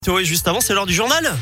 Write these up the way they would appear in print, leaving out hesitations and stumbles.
Et juste avant, c'est l'heure du journal.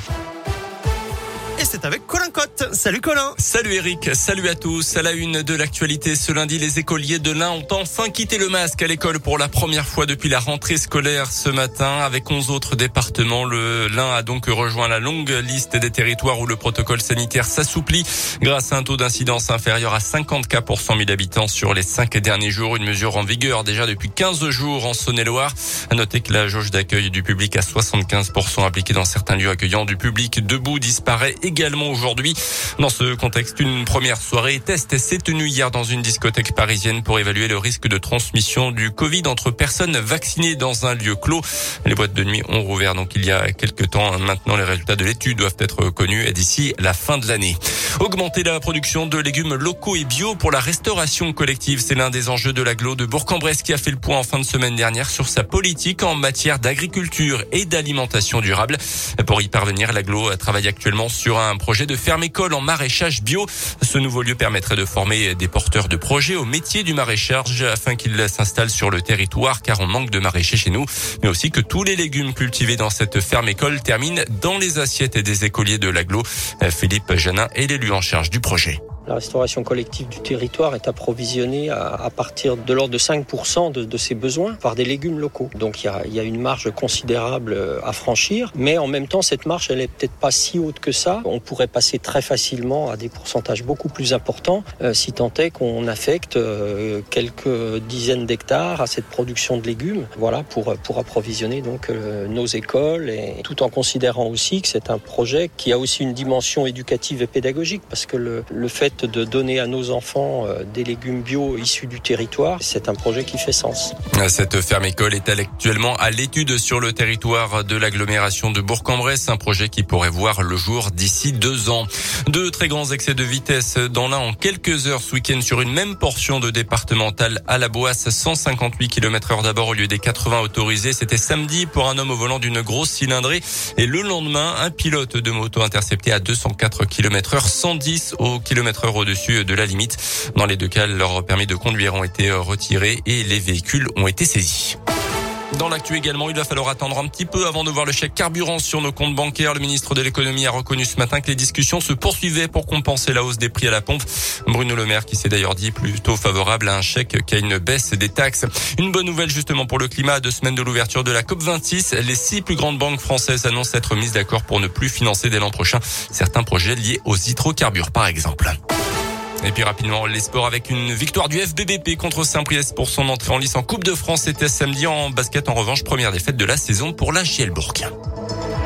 Et c'est avec Colin Cotte. Salut Colin. Salut Eric, salut à tous. À la une de l'actualité, ce lundi, les écoliers de l'Ain ont enfin quitté le masque à l'école pour la première fois depuis la rentrée scolaire ce matin. Avec 11 autres départements, l'Ain a donc rejoint la longue liste des territoires où le protocole sanitaire s'assouplit grâce à un taux d'incidence inférieur à 50 cas pour 100 000 habitants sur les 5 derniers jours. Une mesure en vigueur déjà depuis 15 jours en Saône-et-Loire. À noter que la jauge d'accueil du public à 75% appliquée dans certains lieux accueillant du public debout disparaît également aujourd'hui. Dans ce contexte, une première soirée test s'est tenue hier dans une discothèque parisienne pour évaluer le risque de transmission du Covid entre personnes vaccinées dans un lieu clos. Les boîtes de nuit ont rouvert donc il y a quelques temps. Maintenant, les résultats de l'étude doivent être connus d'ici la fin de l'année. Augmenter la production de légumes locaux et bio pour la restauration collective, c'est l'un des enjeux de l'agglo de Bourg-en-Bresse qui a fait le point en fin de semaine dernière sur sa politique en matière d'agriculture et d'alimentation durable. Pour y parvenir, l'agglo travaille actuellement sur un projet de ferme-école en maraîchage bio. Ce nouveau lieu permettrait de former des porteurs de projets au métier du maraîchage afin qu'ils s'installent sur le territoire car on manque de maraîchers chez nous, mais aussi que tous les légumes cultivés dans cette ferme-école terminent dans les assiettes des écoliers de l'agglo. Philippe Janin est l'élu en charge du projet. La restauration collective du territoire est approvisionnée à partir de l'ordre de 5% de ses besoins par des légumes locaux. Donc il y a une marge considérable à franchir, mais en même temps cette marge elle est peut-être pas si haute que ça. On pourrait passer très facilement à des pourcentages beaucoup plus importants si tant est qu'on affecte quelques dizaines d'hectares à cette production de légumes. Voilà pour approvisionner donc nos écoles, et tout en considérant aussi que c'est un projet qui a aussi une dimension éducative et pédagogique, parce que le fait de donner à nos enfants des légumes bio issus du territoire, c'est un projet qui fait sens. Cette ferme-école est actuellement à l'étude sur le territoire de l'agglomération de Bourg-en-Bresse, un projet qui pourrait voir le jour d'ici 2 ans. De très grands excès de vitesse dans l'Ain en quelques heures ce week-end sur une même portion de départementale à la Boisse, 158 km/h d'abord au lieu des 80 autorisés. C'était samedi pour un homme au volant d'une grosse cylindrée, et le lendemain, un pilote de moto intercepté à 204 km/h, 110 au km/h au-dessus de la limite. Dans les deux cas, leurs permis de conduire ont été retirés et les véhicules ont été saisis. Dans l'actu également, il va falloir attendre un petit peu avant de voir le chèque carburant sur nos comptes bancaires. Le ministre de l'économie a reconnu ce matin que les discussions se poursuivaient pour compenser la hausse des prix à la pompe. Bruno Le Maire qui s'est d'ailleurs dit plutôt favorable à un chèque qu'à une baisse des taxes. Une bonne nouvelle justement pour le climat. À 2 semaines de l'ouverture de la COP26, les 6 plus grandes banques françaises annoncent être mises d'accord pour ne plus financer dès l'an prochain certains projets liés aux hydrocarbures par exemple. Et puis rapidement, les sports avec une victoire du FBBP contre Saint-Priest pour son entrée en lice en Coupe de France. C'était samedi. En basket, en revanche, première défaite de la saison pour la Gielbourg.